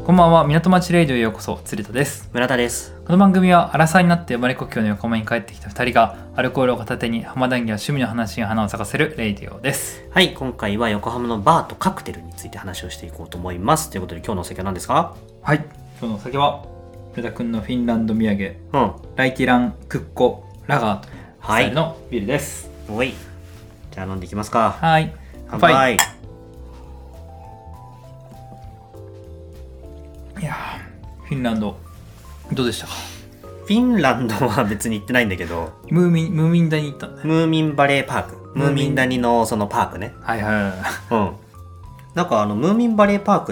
こんばんは。港町レイディオへようこそ。鶴田です。 村田です。 この番組はアラサーになって生まれ故郷の横浜に帰ってきた2人がアルコールを片手に浜談義や趣味の話に花を咲かせるレイディオです。 はい、今回は横浜のバーとカクテルについて話をしていこうと思います。ということで今日のお酒は何ですか？ はい、今日のお酒は村田くんのフィンランド土産、ライティランクッコラガーというスタイルのビールです。 おい、じゃあ飲んでいきますか。 はい、 乾杯。 いやー、フィンランドどうでしたか？ フィンランドは別に行ってないんだけど、 ムーミン谷に行ったんだね。 ムーミンバレーパーク、ムーミン谷のそのパークね。 はいはいはい。 なんかムーミンバレーパークって、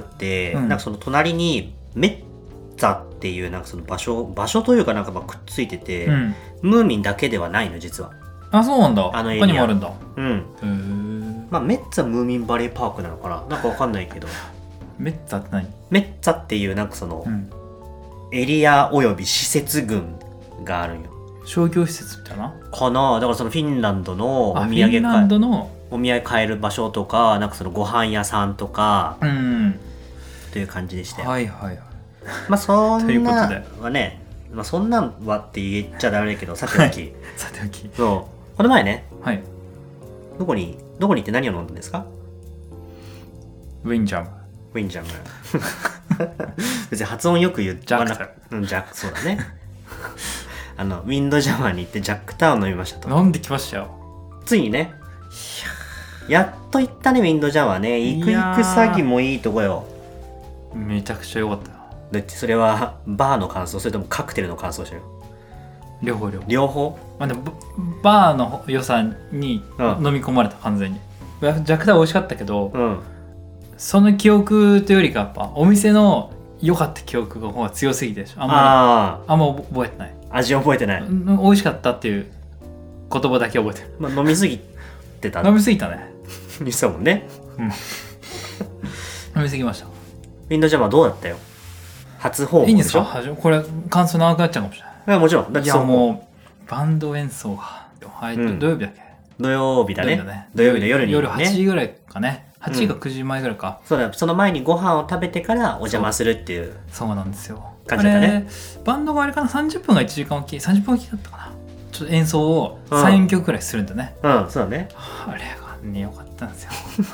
なんかその隣にメッツァっていうなんかその場所というかなんかくっついてて、ムーミンだけではないの実は。 あ、そうなんだ。 他にもあるんだ。 メッツァムーミンバレーパークなのかな、なんかわかんないけど。 メッツァって何？ メッツァっていうなんかその、エリアおよび施設群があるんよ。 商業施設みたいなかな。だからそのフィンランドのお土産フィンランドのお土産買える場所とか、なんかそのご飯屋さんとか、という感じでしたよ。 はいはいはい。 まあそんなはね、まあそんなんはって言っちゃダメだけど、さておき。 さておき。 そう。この前ね、 はい。 どこに行って何を飲んだんですか？ ウィンジャム。 ウィンジャム。別に発音よく言っジャックジャック、そうだね。ウィンドジャマーに行ってジャックタウン飲みましたと。 飲んできましたよ。 ついにね。やっと行ったね、ウィンドジャマーね。行く詐欺もいいとこよ。 めちゃくちゃ良かったよ。 だってそれはバーの感想、それともカクテルの感想してる？両方？ まあでもバーの良さに飲み込まれた、完全に。ジャックタウン美味しかったけど、その記憶というよりかやっぱお店の良かった記憶が方が強すぎてでしょ。あんま覚えてない。 味覚えてない。 美味しかったっていう言葉だけ覚えてる。 まあ、飲みすぎてた。 飲みすぎたね。 言ってたもんね。 飲みすぎました。 ウィンドジャマーどうだったよ？初訪問でしょ？ いいんですか？これ感想長くなっちゃうかもしれない。 いやもちろん。だっていやもうバンド演奏が、土曜日だっけ？ 土曜日だね。土曜日の夜に、 夜8時ぐらいかね。8時か9時前ぐらいか。 そうだよ。その前にご飯を食べてからお邪魔するっていう。 そうなんですよ。 感じだったね。 バンドがあれかな、30分が1時間おき、30分おきだったかな。ちょっと演奏を3曲くらいするんだね。 そうだね。 あれがね、よかったんですよ。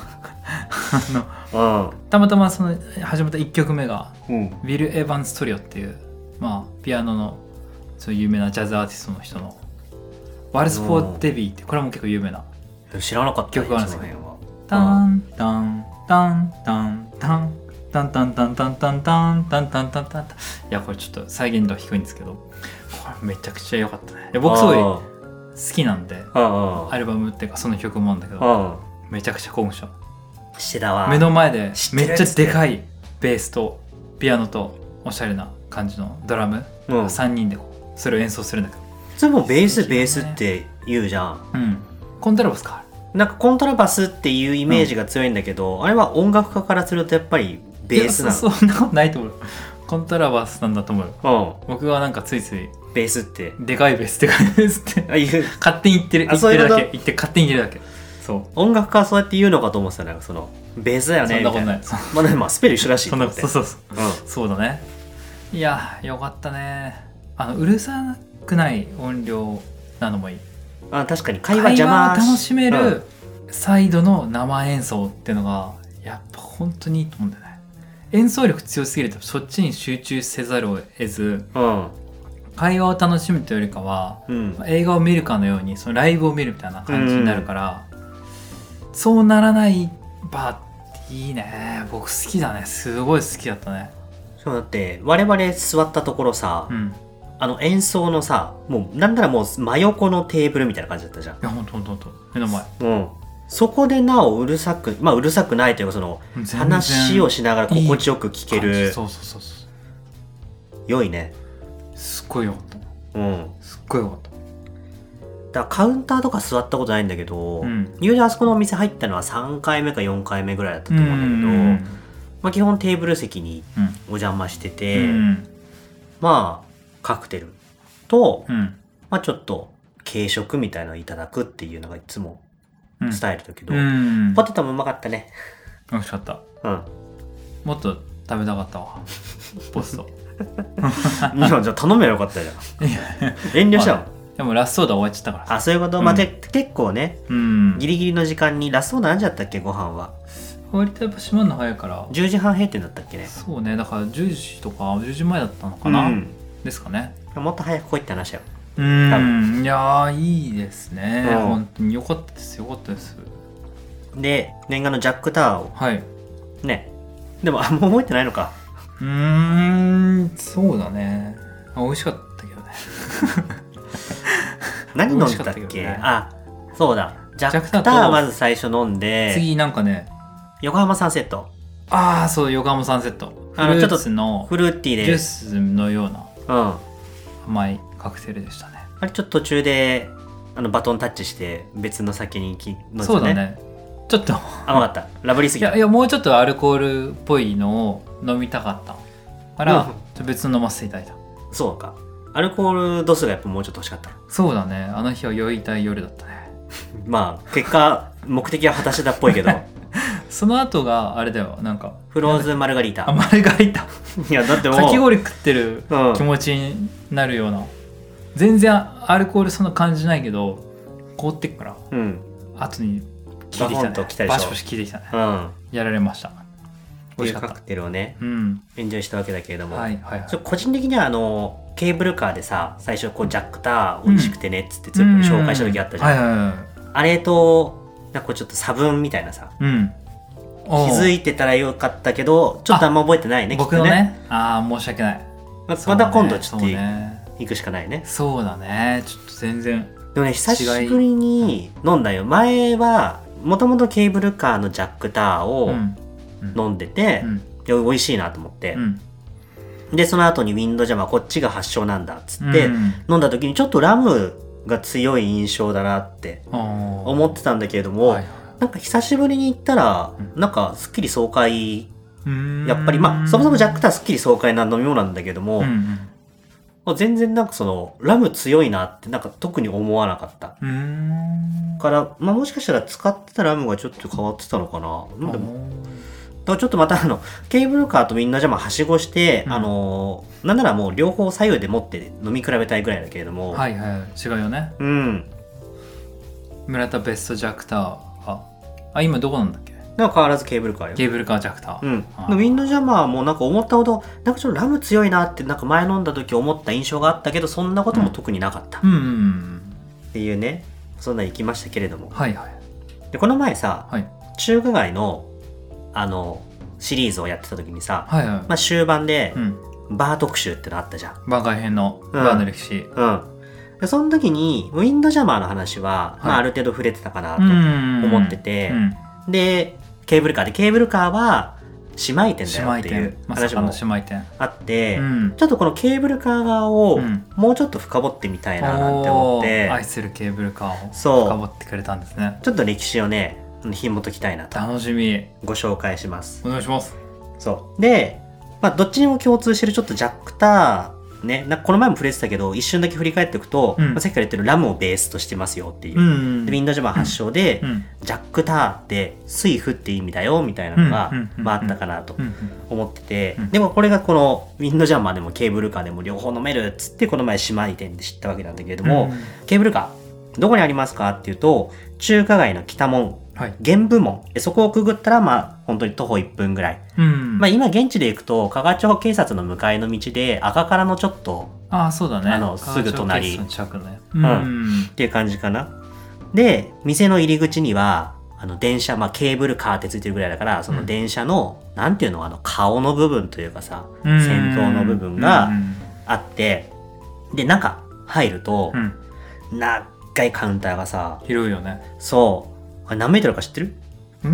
たまたまその始まった1曲目が、ウィル・エヴァンス・トリオっていう、まあ、ピアノのそういう有名なジャズアーティストの人のワルツ・フォー・デビーって、これも結構有名な知らなかった曲があるんですけど、タンタンタンタンタンタンタンタンタンタンタンタンタンタンタン。いや、これちょっと再現度は低いんですけど、これめちゃくちゃ良かったね。僕すごい好きなんで、アルバムっていうかその曲もあるんだけど、めちゃくちゃ興奮した。 してたわ。 目の前でめっちゃでかいベースとピアノとおしゃれな感じのドラム、3人でそれを演奏するんだけど、 それもベースって言うじゃん。 コントラバスか。 なんかコントラバスっていうイメージが強いんだけど、あれは音楽家からするとやっぱりベースなの？ そんなことないと思う。コントラバスなんだと思う。僕はなんかついついベースってでかいベースって勝手に言ってるだけ。勝手に言ってるだけ。そう。 音楽家はそうやって言うのかと思ってたら、そのベースだよねみたいな。まあでもスペル一緒らしいと思って。 そうだね。いや、よかったね。うるさくない音量なのもいい。 確かに会話邪魔。 楽しめるサイドの生演奏っていうのがやっぱ本当にいいと思うんだよね。演奏力強すぎるとそっちに集中せざるを得ず、会話を楽しむというよりかは、映画を見るかのようにそのライブを見るみたいな感じになるから、そうならないバーっていいね。僕好きだね。すごい好きだったね。 そうだって我々座ったところさ、演奏のさ、もうなんならもう真横のテーブルみたいな感じだったじゃん。 いやほんと目の前。 そこでなおうるさくないというか、その話をしながら心地よく聞ける。 そう良いね。 すっごいよかった。すっごいよかった。 だからカウンターとか座ったことないんだけど、友人あそこのお店入ったのは3回目か4回目ぐらいだったと思うんだけど、まあ基本テーブル席にお邪魔してて、まあカクテルと、まあちょっと軽食みたいなのをいただくっていうのがいつもスタイルだけど、ポテトもうまかったね。 美味しかった。 うん。 もっと食べたかったわポストいやじゃあ頼めばよかったじゃん遠慮したもん。 でもラストオーダー終わっちゃったからさ。 あ、そういうこと、まあ、結構ね、ギリギリの時間にラストオーダー何時だったっけ、ご飯は。 割とやっぱ閉まるの早いから 10時半閉店だったっけね。 そうね、だから10時とか10時前だったのかな、ですかね。 もっと早く来いって話だよ。 いやーいいですね、本当によかったですよかったです。 で念願のジャックタワーをね、でももう覚えてないのか。 そうだね、美味しかったけどね何飲んだっけ、ね、あ、そうだ、ジャックタワーまず最初飲んで、 次なんかね、 横浜サンセット。 ああ、そう、横浜サンセット。フルーツのフルーティーでジュースのような甘いカクテルでしたね。 あれちょっと途中でバトンタッチして別の酒に飲んでたね。 そうだね。ちょっと甘かった。ラブリーすぎた。 いやもうちょっとアルコールっぽいのを飲みたかったから、別の飲ませていただいた。 そうか。アルコール度数がやっぱもうちょっと欲しかった。 そうだね。あの日は酔いたい夜だったねまあ結果目的は果たしてたっぽいけどその後があれだよ、なんかフローズンマルガリータ。 マルガリータいやだってもうかき氷食ってる気持ちになるような、全然アルコールそんな感じないけど凍ってっから、後に効いてきたね。バシバシ効いてきたね。やられました。 美味しかった。カクテルをね、エンジョイしたわけだけれども、個人的にはケーブルカーでさ、最初こうジャックタワー美味しくてねっつって全部紹介した時あったじゃん。あれとなんかちょっと差分みたいなさ、気づいてたらよかったけどちょっとあんま覚えてないね。 僕のね、申し訳ない。 また今度ちょっと行くしかないね。 そうだね、ちょっと全然。 でもね、久しぶりに飲んだよ。前はもともとケーブルカーのジャックタワーを飲んでて、美味しいなと思って、でその後にウィンドジャマーこっちが発祥なんだっつって、飲んだ時にちょっとラムが強い印象だなって思ってたんだけれども、なんか久しぶりに行ったらなんかすっきり爽快、やっぱりまあそもそもジャックタワーすっきり爽快な飲み物なんだけども、全然なんかそのラム強いなってなんか特に思わなかったから、まあ、もしかしたら使ってたラムがちょっと変わってたのかな。でもだからちょっとまたケーブルカーとウィンドジャマーはしごして、なんならもう両方左右で持って飲み比べたいぐらいだけれども、 違うよね。村田ベストジャックタワー、今どこなんだっけ。 なんか変わらずケーブルカーよ。 ケーブルカージャックタワー。 ウィンドジャマーもなんか思ったほどなんかちょっとラム強いなってなんか前飲んだ時思った印象があったけど、そんなことも特になかったっていうね、そんな行きましたけれども、でこの前さ、中華街のシリーズをやってた時にさ、まあ、終盤でバー特集ってのあったじゃん。 番外編のバーの歴史。 でその時にウィンドジャマーの話は、まあ、ある程度触れてたかなと思ってて、でケーブルカーは姉妹店だよっていう話もあって、ちょっとこのケーブルカー側をもうちょっと深掘ってみたいななんて思って、 愛するケーブルカーを深掘ってくれたんですね。 ちょっと歴史をね紐解きたいなと。 楽しみ。 ご紹介します。 お願いします。 そうで、まあ、どっちにも共通してるちょっとジャックターね、なんかこの前も触れてたけど一瞬だけ振り返っておくと、まあ、さっきから言ってるラムをベースとしてますよっていう、でウィンドジャマー発祥で、ジャックターって水夫って意味だよみたいなのが、まあ、あったかなと思ってて、でもこれがこのウィンドジャマーでもケーブルカーでも両方飲めるっつってこの前姉妹店で知ったわけなんだけれども、ケーブルカーどこにありますかっていうと中華街の北門、玄武門、そこをくぐったらまあ本当に徒歩1分ぐらい、まあ、今現地で行くと加賀町警察の向かいの道で赤からのちょっとそうだね、 すぐ隣、っていう感じかな。で店の入り口には電車、まあ、ケーブルカーってついてるぐらいだからその電車の、なんていうの顔の部分というかさ、先頭の部分があって、で中入ると、長いカウンターがさ広いよね。 そうあれ何メートルか知ってる？ ど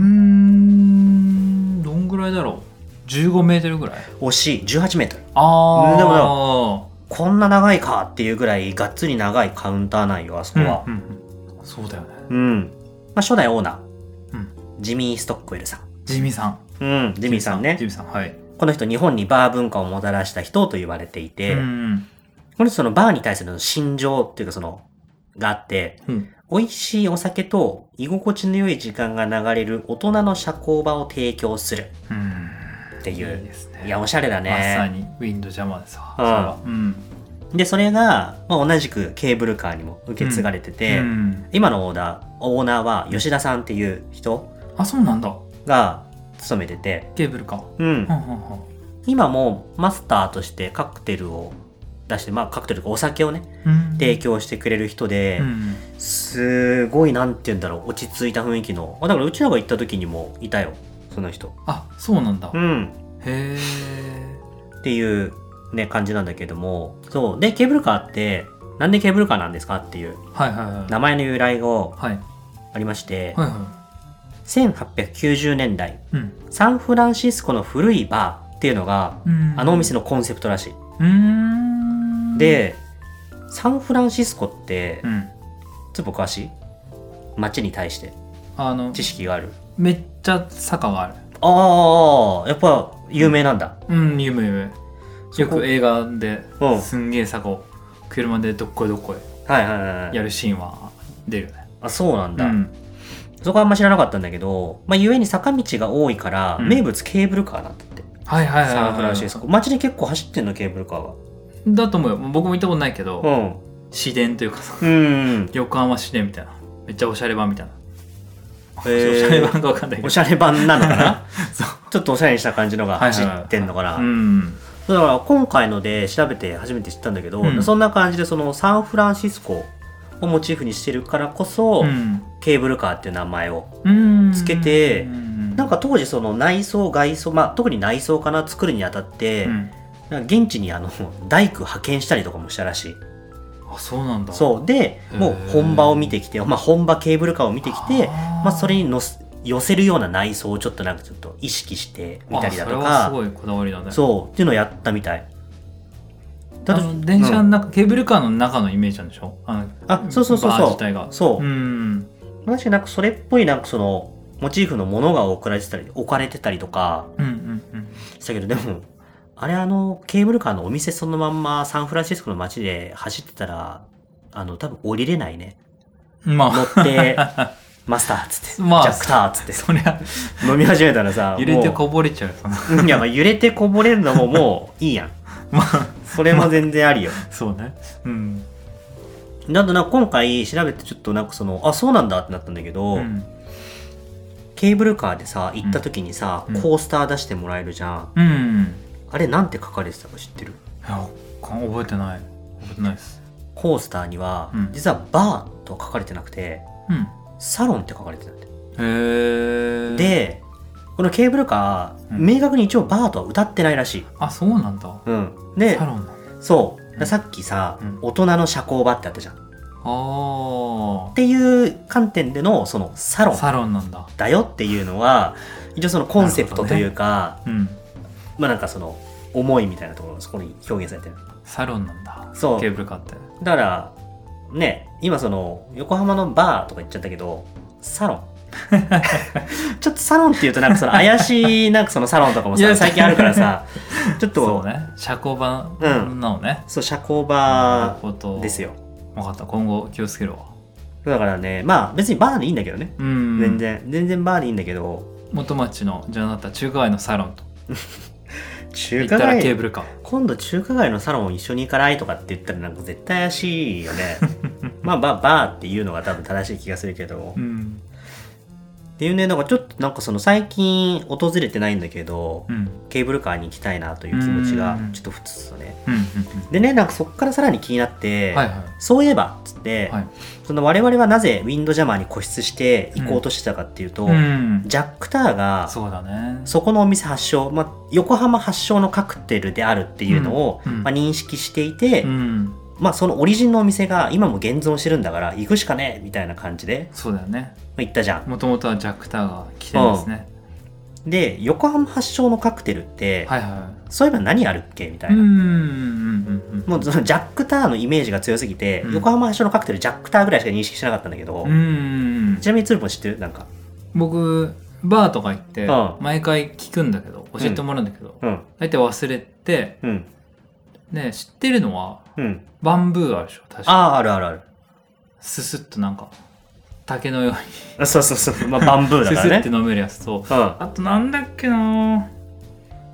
んぐらいだろう。15メートルぐらい。 惜しい。18メートル。でもこんな長いかっていうぐらいがっつり長いカウンターなんよあそこは。 そうだよね。 まあ、初代オーナー、ジミー・ストックウェルさん。 ジミーさん。 ジミーさんね。 ジミーさん、はい。 この人日本にバー文化をもたらした人と言われていて、この人のバーに対する心情っていうかがあって、美味しいお酒と居心地の良い時間が流れる大人の社交場を提供するってっていう。 いいですね。 いやおしゃれだね。 まさにウィンドジャマーですわ。 でそれが、同じくケーブルカーにも受け継がれてて、今のオーナーは吉田さんっていう人そうなんだが勤めてて、 ケーブルカー、今もマスターとしてカクテルを出して、カクテルとかお酒をね、提供してくれる人で、すごいなんて言うんだろう、落ち着いた雰囲気の。だからうちらが行った時にもいたよその人。 そうなんだ。 へえ。っていうね感じなんだけども、そうでケーブルカーってなんでケーブルカーなんですかっていう名前の由来がありまして、1890年代、サンフランシスコの古いバーっていうのが、あのお店のコンセプトらしい。でサンフランシスコって、ちょっと詳しい？街に対して知識がある？ めっちゃ坂がある。 やっぱ有名なんだ。 有名。よく映画ですんげえ坂を車でどっこいやるシーンは出るよね。 そうなんだ。そこはあんま知らなかったんだけど、ゆえに坂道が多いから、名物ケーブルカーなんだって。サンフランシスコ街で結構走ってんのケーブルカーは。 だと思うよ。僕も行ったことないけど、市電というかさ、横浜市電みたいな、めっちゃおしゃれ版みたいな。おしゃれ版か分かんないけど、 おしゃれ版なのかなちょっとおしゃれにした感じのが走ってんのかな。だから今回ので調べて初めて知ったんだけど、そんな感じでそのサンフランシスコをモチーフにしてるからこそ、ケーブルカーっていう名前をつけて、なんか当時その内装外装、特に内装かな、作るにあたって、現地に大工派遣したりとかもしたらしい。 そうなんだ。 そうでもう本場を見てきて、本場ケーブルカーを見てきて、それに寄せるような内装をちょっと意識してみたりだとか。 それはすごいこだわりだね。 そうっていうのをやったみたい。 電車の中、ケーブルカーの中のイメージなんでしょ？ そうバー自体が。 確かにそれっぽいそのモチーフのものが置かれてたりとかしたけど、でもあれケーブルカーのお店そのまんまサンフランシスコの街で走ってたら多分降りれないね。乗ってマスターっつって、ジャックターっつってそりゃ飲み始めたらさ、 揺れてこぼれちゃう。 いや揺れてこぼれるのももういいやん。それも全然ありよ。 そうね。 だと今回調べてちょっとそうなんだってなったんだけど、ケーブルカーでさ行った時にさ、コースター出してもらえるじゃん。あれなんて書かれてたか知ってる？ 覚えてないです。 コースターには、実はバーとは書かれてなくて、サロンって書かれてたんだよ。でこのケーブルカー、明確に一応バーとは歌ってないらしい。 そうなんだ。 でサロンなんだ。 そうさっきさ、大人の社交場ってあったじゃん。っていう観点でのそのサロンなんだだよっていうのは一応そのコンセプトというか、その思いみたいなところがそこに表現されてる。 サロンなんだ。 そうケーブルカーってだからね、今その横浜のバーとか言っちゃったけど、サロンちょっとサロンっていうとその怪しいそのサロンとかもさ最近あるからさ、ちょっとそうね、社交場なのね。 そう社交場ですよ。 分かった、今後気をつけるわ。 だからね、別にバーでいいんだけどね、全然バーでいいんだけど、 元町のじゃなかった中華街のサロンと中華街ケーブルカー、 今度中華街のサロン一緒に行かないとかって言ったら絶対怪しいよね。バーっていうのが多分正しい気がするけど、っていうね、ちょっとその最近訪れてないんだけど、ケーブルカーに行きたいなという気持ちがちょっとふつとね、でね、そっからさらに気になって、そういえばっつって、その我々はなぜウィンドジャマーに固執して行こうとしてたかっていうと、ジャック・ターがそこのお店発祥、横浜発祥のカクテルであるっていうのを、認識していて、そのオリジンのお店が今も現存してるんだから行くしかねえみたいな感じで、 そうだよね、 行ったじゃん。 もともとはジャック・ターが来てるんですね。 で横浜発祥のカクテルって、そういえば何あるっけみたいな。もうそのジャック・ターのイメージが強すぎて、横浜発祥のカクテルジャック・ターぐらいしか認識してなかったんだけど、ちなみにつるぽん知ってる？ 僕バーとか行って毎回聞くんだけど、教えてもらうんだけど、大体忘れて、ね、知ってるのは、バンブーあるでしょ、確か。 ある。 ススッと竹のようにそうバンブーだからね。 ススッて飲めるやつと、あとなんだっけな、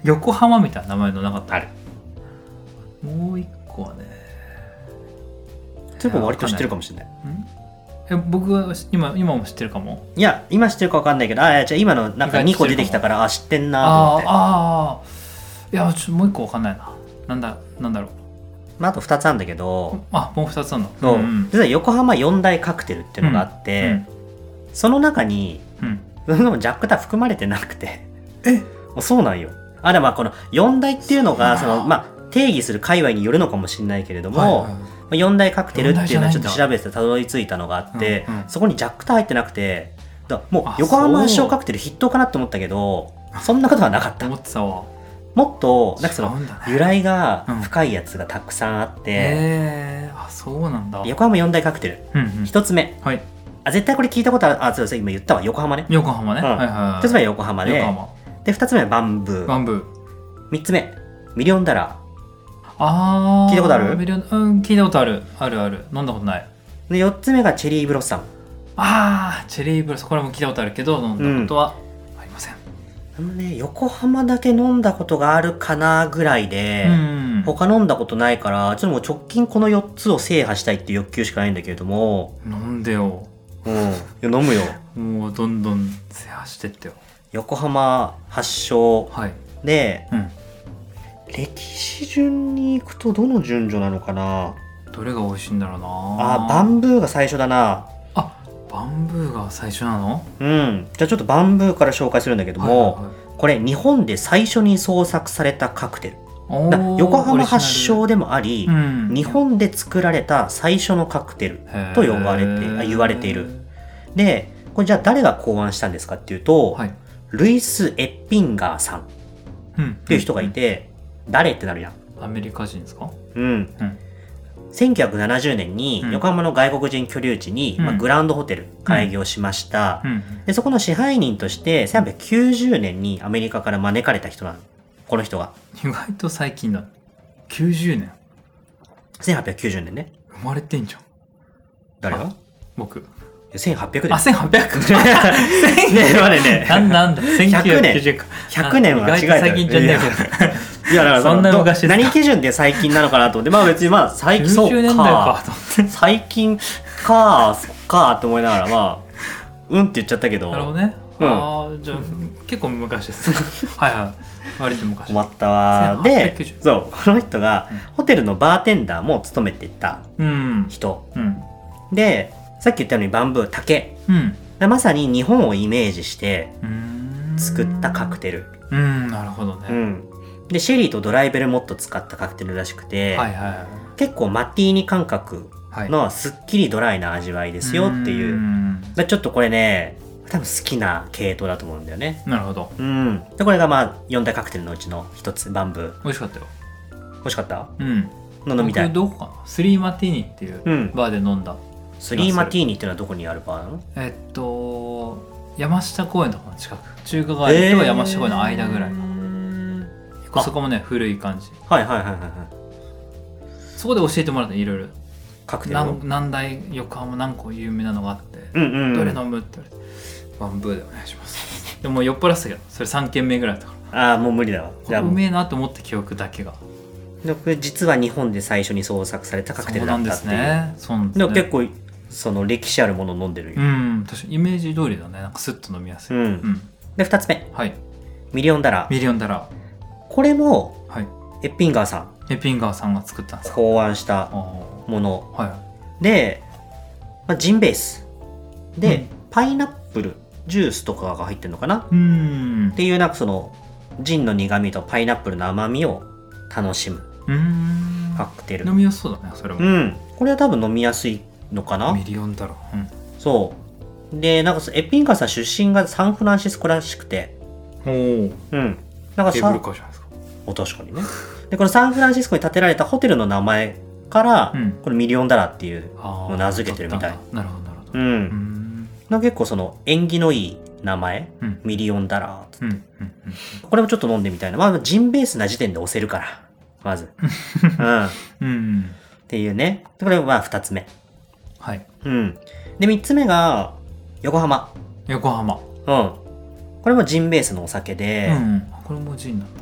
横浜みたいな名前のなかった？ ある。 もう一個はね、 それも割と知ってるかもしれない。 僕は今も知ってるかも。 いや今知ってるか分かんないけど、じゃあ今のなんか2個出てきたから、知ってんなと思って。 いやもう一個分かんないな。なんだろう。 あと2つあるんだけど、 もう2つあるの。 そう、実は横浜4大カクテルっていうのがあって、その中に、ジャック・ダ含まれてなくて。そうなんよ。でもこの4大っていうのが定義する界隈によるのかもしれないけれども、4大カクテルっていうのはちょっと調べてたどり着いたのがあって、そこにジャック・ダ入ってなくて、もう横浜発祥カクテル筆頭かなって思ったけど、そんなことはなかった。 思ってたわ。 もっとなんかその由来が深いやつがたくさんあって、 そうなんだ。 横浜4大カクテル、1つ目、絶対これ聞いたことある。そうです、今言ったわ、横浜ね。 横浜ね。 1つ目は横浜で、2つ目はバンブー。3つ目ミリオンダラー。聞いたことある？ 聞いたことある。ある。飲んだことない。 で4つ目がチェリーブロッサム。 チェリーブロッサム、これも聞いたことあるけど飲んだことはありません。 横浜だけ飲んだことがあるかなぐらいで、他飲んだことないから、ちょっともう直近この4つを制覇したいっていう欲求しかないんだけれども。 飲んでよ。 飲むよ。 もうどんどん制覇してってよ。 横浜発祥で、歴史順に行くとどの順序なのかな。 どれが美味しいんだろうな。 バンブーが最初だな。 バンブーが最初なの？ じゃあちょっとバンブーから紹介するんだけども、これ日本で最初に創作されたカクテル。横浜発祥でもあり、日本で作られた最初のカクテルと言われている。で、これじゃあ誰が考案したんですかっていうと、ルイス・エッピンガーさんっていう人がいて、誰ってなるやん。 アメリカ人ですか ？1970年に横浜の外国人居留地に、グランドホテル開業しました。でそこの支配人として1890年にアメリカから招かれた人なの。この人が意外と最近だ。90年。 1890年ね。 生まれてんじゃん。 誰が？ 僕。 1800年。 1800 ね。 なんだ1990 か。100年は間違えた。 最近じゃねえけど。 いやだからそんな昔ですか。 何基準で最近なのかなと思って、別に最近そうか最近かそっかって思いながらって言っちゃったけど。 なるほどね。じゃあ結構昔です。割と昔。 困ったわ。で、そうこの人がホテルのバーテンダーも務めてた人で、さっき言ったようにバンブー竹、まさに日本をイメージして作ったカクテル。 なるほどね。 でシェリーとドライベルモット使ったカクテルらしくて、結構マティーニ感覚のすっきりドライな味わいですよっていう。ちょっとこれね多分好きな系統だと思うんだよね。 なるほど。 でこれが4大カクテルのうちの一つ、バンブー。 美味しかったよ。 美味しかった？ 飲みたい。どこかな、スリーマティーニっていうバーで飲んだ。 スリーマティーニっていうのはどこにあるバーなの？山下公園とかの近く、中華街と山下公園の間ぐらい。そこもね古い感じ。そこで教えてもらった、いろいろカクテル何大横浜何個有名なのがあって、どれ飲むって言われて、バンブーでお願いします。でも酔っ払ってたけど、それ3軒目ぐらいだったから、 もう無理だわ。 じゃあうめえなと思った記憶だけが。 でこれ実は日本で最初に創作されたカクテルだったっていう。 そうなんですね。 でも結構その歴史あるものを飲んでるよ。 確かにイメージ通りだね。なんかスッと飲みやすい。 で2つ目、ミリオンダラー。これも、エッピンガーさんが作ったんですか？ 考案したもの、で、ジンベースで、パイナップルジュースとかが入ってるのかなっていう、なんかそのジンの苦味とパイナップルの甘みを楽しむカクテル。 飲みやすそうだね、それも。 これは多分飲みやすいのかな。 ミリオンダラー。 そうで、なんかエッピンガーさん出身がサンフランシスコらしくて、なんかケーブルカーじゃないですか。 確かにね。でこのサンフランシスコに建てられたホテルの名前から、これミリオンダラーっていうのを名付けてるみたい。 なるほどなるほど。 結構その縁起のいい名前、ミリオンダラーって、これもちょっと飲んでみたいな。ジンベースな時点で押せるからまずっていうね。これは2つ目。で3つ目が横浜。 これもジンベースのお酒で、 これもジンなんだ。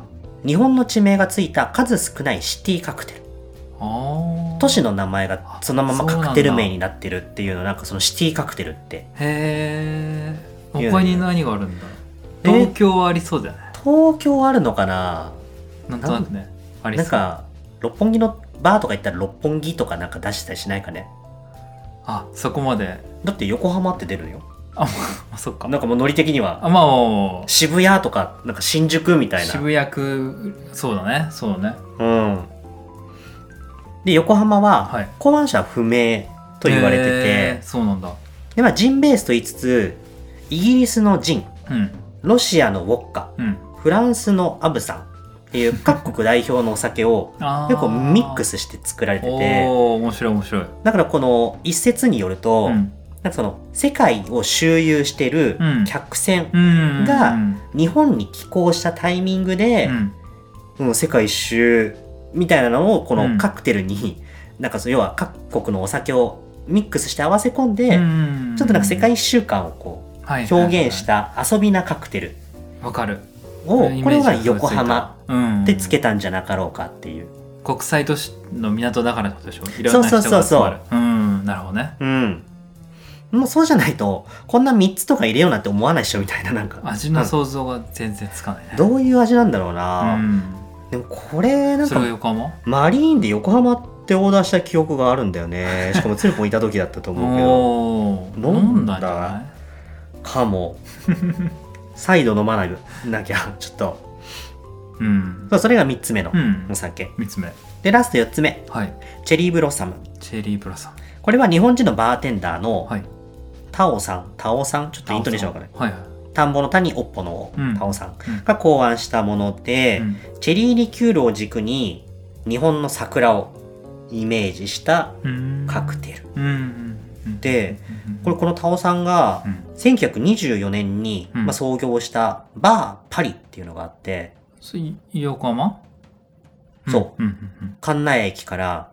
日本の地名がついた数少ないシティカクテル。都市の名前がそのままカクテル名になってるっていうの、なんかそのシティカクテルって。 へー。他に何があるんだ。東京はありそうだよね。 東京はあるのかな。 なんとなくね。ありそう。 なんか六本木のバーとか行ったら六本木とかなんか出したりしないかね。 あ、そこまで。 だって横浜って出るよ。 あ、そっか。 なんかもうノリ的には。渋谷とか、なんか新宿みたいな。 渋谷区、そうだね。そうだね。 うん。で、横浜は、考案者不明と言われてて。 そうなんだ。 で、まあ、ジンベースと言いつつ、イギリスのジン、ロシアのウォッカ、フランスのアブサンっていう各国代表のお酒を結構ミックスして作られてて。 面白い面白い。 だからこの一説によると、なんかその世界を周遊してる客船が日本に寄港したタイミングで、世界一周みたいなのをこのカクテルに、なんか要は各国のお酒をミックスして合わせ込んで、ちょっとなんか世界一周感をこう表現した遊びなカクテル。 わかる。 これが横浜ってつけたんじゃなかろうかっていう。 国際都市の港だからってことでしょ。いろんな人が集まる。なるほどね。 もうそうじゃないとこんな3つとか入れようなんて思わないでしょみたいな、なんか味の想像が全然つかないね。 どういう味なんだろうな。でもこれなんかマリーンで横浜ってオーダーした記憶があるんだよね。しかもツルポンいた時だったと思うけど飲んだかも。再度飲まなきゃちょっと、それが3つ目のお酒。 3つ目でラスト4つ目、チェリーブロッサム。 チェリーブロッサム、 これは日本人のバーテンダーのタオさん、ちょっとイントネーションわかんない。田んぼの田におっぽのタオさんが考案したもので、チェリーリキュールを軸に日本の桜をイメージしたカクテルで、このタオさんが1924年に創業したバーパリっていうのがあって、 横浜？ そう。関内駅から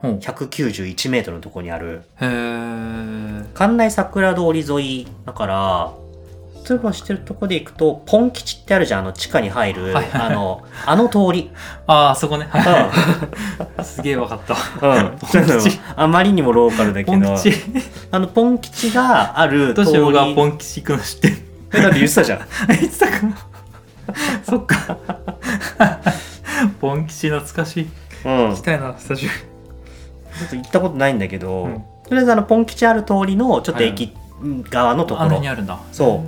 191メートルのところにある。関内桜通り沿いだから、例えば知ってるとこで行くと、ポン吉ってあるじゃん、地下に入る、あの通り。 あそこね。すげえわかった。 あまりにもローカルだけど、ポン吉がある通り。どうして僕がポン吉行くの知ってる？ だって言ってたじゃん。 言ってたかも。そっか。ポン吉懐かしい。行きたいな、久しぶり。 ちょっと行ったことないんだけど、とりあえずポン吉ある通りのちょっと駅側のところ。 あのにあるんだ。 そう。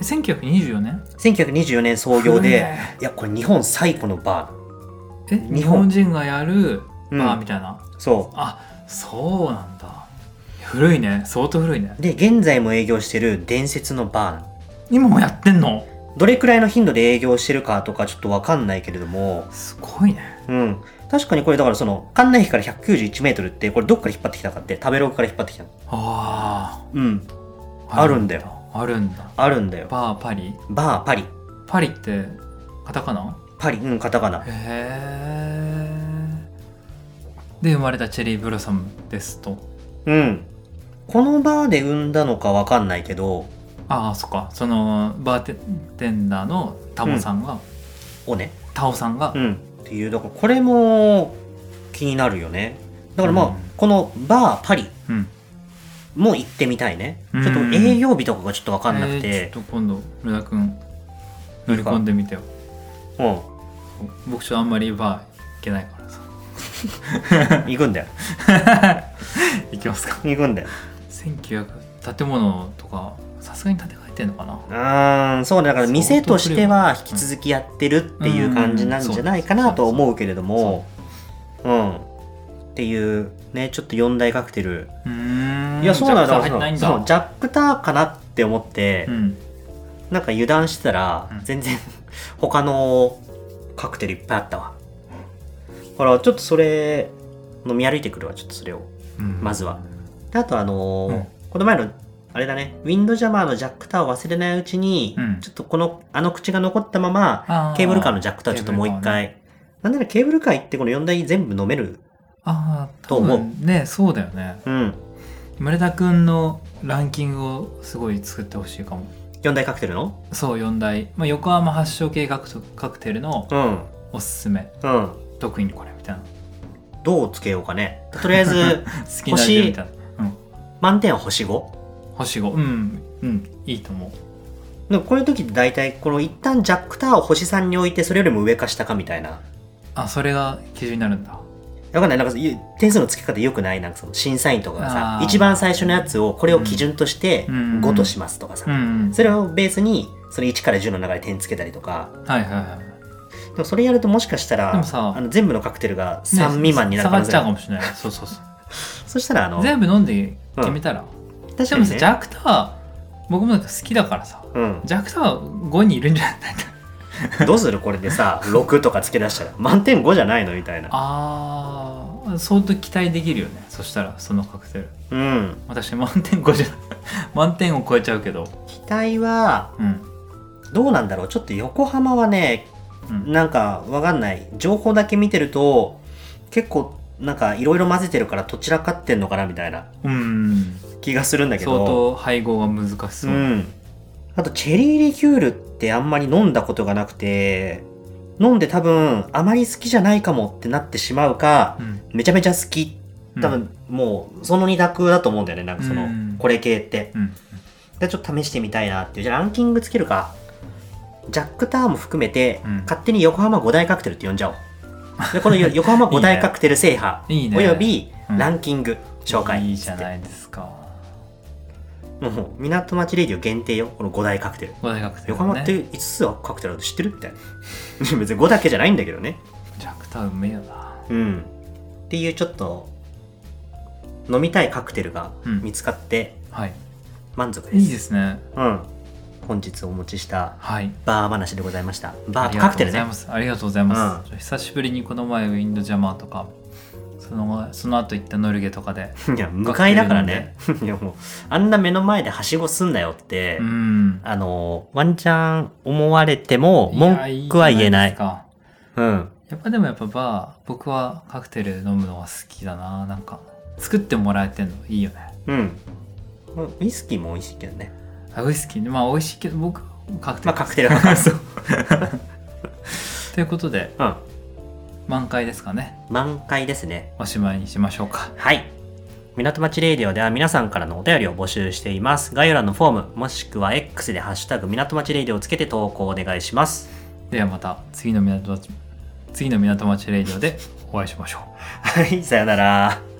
1924年 ？1924年創業で、いやこれ日本最古のバー。日本人がやるバーみたいな。 そう。 あ、そうなんだ。古いね、相当古いね。 で現在も営業してる伝説のバー。 今もやってんの？ どれくらいの頻度で営業してるかとかちょっと分かんないけれども、 すごいね。 確かにこれだからその関内駅から191メートルってこれどっから引っ張ってきたかって食べログから引っ張ってきたの。あるんだよ。 あるんだ。 あるんだよ。 バーパリ？ バーパリ。 パリってカタカナ？ パリ、カタカナ。 で生まれたチェリーブロッサムですと。 このバーで生んだのか分かんないけど。 そっか。そのバーテンダーのタモさんが、タオさんが、 っていう、だからこれも気になるよね。だからこのバーパリも行ってみたいね。ちょっと営業日とかがちょっと分かんなくて、 ちょっと今度村田くん乗り込んでみてよ。僕ちょっとあんまりバー行けないからさ。 行くんだよ。 行きますか。 行くんだよ。 1900建物とかさすがに建て替えてんのかな。 そうだから店としては引き続きやってるっていう感じなんじゃないかなと思うけれども、っていうね、ちょっと4大カクテル。いや、そうなんだ。ジャックターかなって思って、なんか油断してたら全然他のカクテルいっぱいあったわ。ほらちょっとそれ飲み歩いてくるわ。ちょっとそれをまずは。であとこの前のあれだね、ウィンドジャマーのジャックターを忘れないうちに、ちょっと口が残ったままケーブルカーのジャックターをちょっともう一回、なんならケーブルカー行ってこの4台全部飲めると思う。 ね、そうだよね。村田くんのランキングをすごい作ってほしいかも。 4大カクテルの？ そう、4大。横浜発祥系カクテルのおすすめ、 うん、 特にこれみたいな。 どうつけようかね。とりあえず好きな味みたいな、 満点は星 5？ 星5、いいと思う。 でもこういう時って大体この一旦ジャックタワーを星3に置いてそれよりも上か下かみたいな。 あ、それが基準になるんだ。 わかんない、なんか点数の付け方良くない？なんかその審査員とかがさ、一番最初のやつをこれを基準として5としますとかさ、それをベースにそれ1から10の中で点つけたりとか。 はいはいはい。 でもそれやるともしかしたら全部のカクテルが3未満になる可能性下がっちゃうかもしれない。そうそうそう。 そしたら全部飲んで決めたら、確かにね、でもさジャックタワー僕もなんか好きだからさ、ジャックタワー5にいるんじゃないか。 どうするこれでさ6とか付け出したら満点5じゃないのみたいな。 相当期待できるよね。そしたらそのカクテル、私満点5じゃ満点を超えちゃうけど、 期待は、どうなんだろう。ちょっと横浜はね、なんかわかんない、情報だけ見てると結構なんかいろいろ混ぜてるからどちらかってんのかなみたいな気がするんだけど、 相当配合が難しそう、 あとチェリーリキュールってあんまり飲んだことがなくて、飲んで多分あまり好きじゃないかもってなってしまうか、めちゃめちゃ好き、多分もうその2択だと思うんだよね。なんかその、これ系って、でちょっと試してみたいなっていう。じゃあランキングつけるか。ジャックタワーも含めて、勝手に横浜5大カクテルって呼んじゃおう。でこの横浜5大カクテル制覇およびランキング紹介、 いいじゃないですか。 もう港町レディオ限定よ、この5大カクテル。 5大カクテル、 横浜って5つはカクテルあるって知ってるみたいな。別に5だけじゃないんだけどね。 ジャックタワーうめえよな。 っていうちょっと飲みたいカクテルが見つかって、満足です。 いいですね。 本日お持ちしたバー話でございました。バーとカクテルね。 ありがとうございます。久しぶりにこの前ウィンドジャマーとかその後行ったノルゲとかで、 いや向かいだからね。いやもうあんな目の前ではしごすんなよって、ワンチャン思われても文句は言えない。 やっぱでもバー、僕はカクテル飲むのは好きだな。なんか作ってもらえてんのいいよね。 ウイスキーも美味しいけどね。 ウイスキーまあ美味しいけど、僕カクテル、 カクテル派そうということで、満開ですかね。 満開ですね。 おしまいにしましょうか。 はい。港町レイディオでは皆さんからのお便りを募集しています。概要欄のフォームもしくは X でハッシュタグ港町レイディオをつけて投稿お願いします。 ではまた次の港町レイディオでお会いしましょう。 はい、さよなら。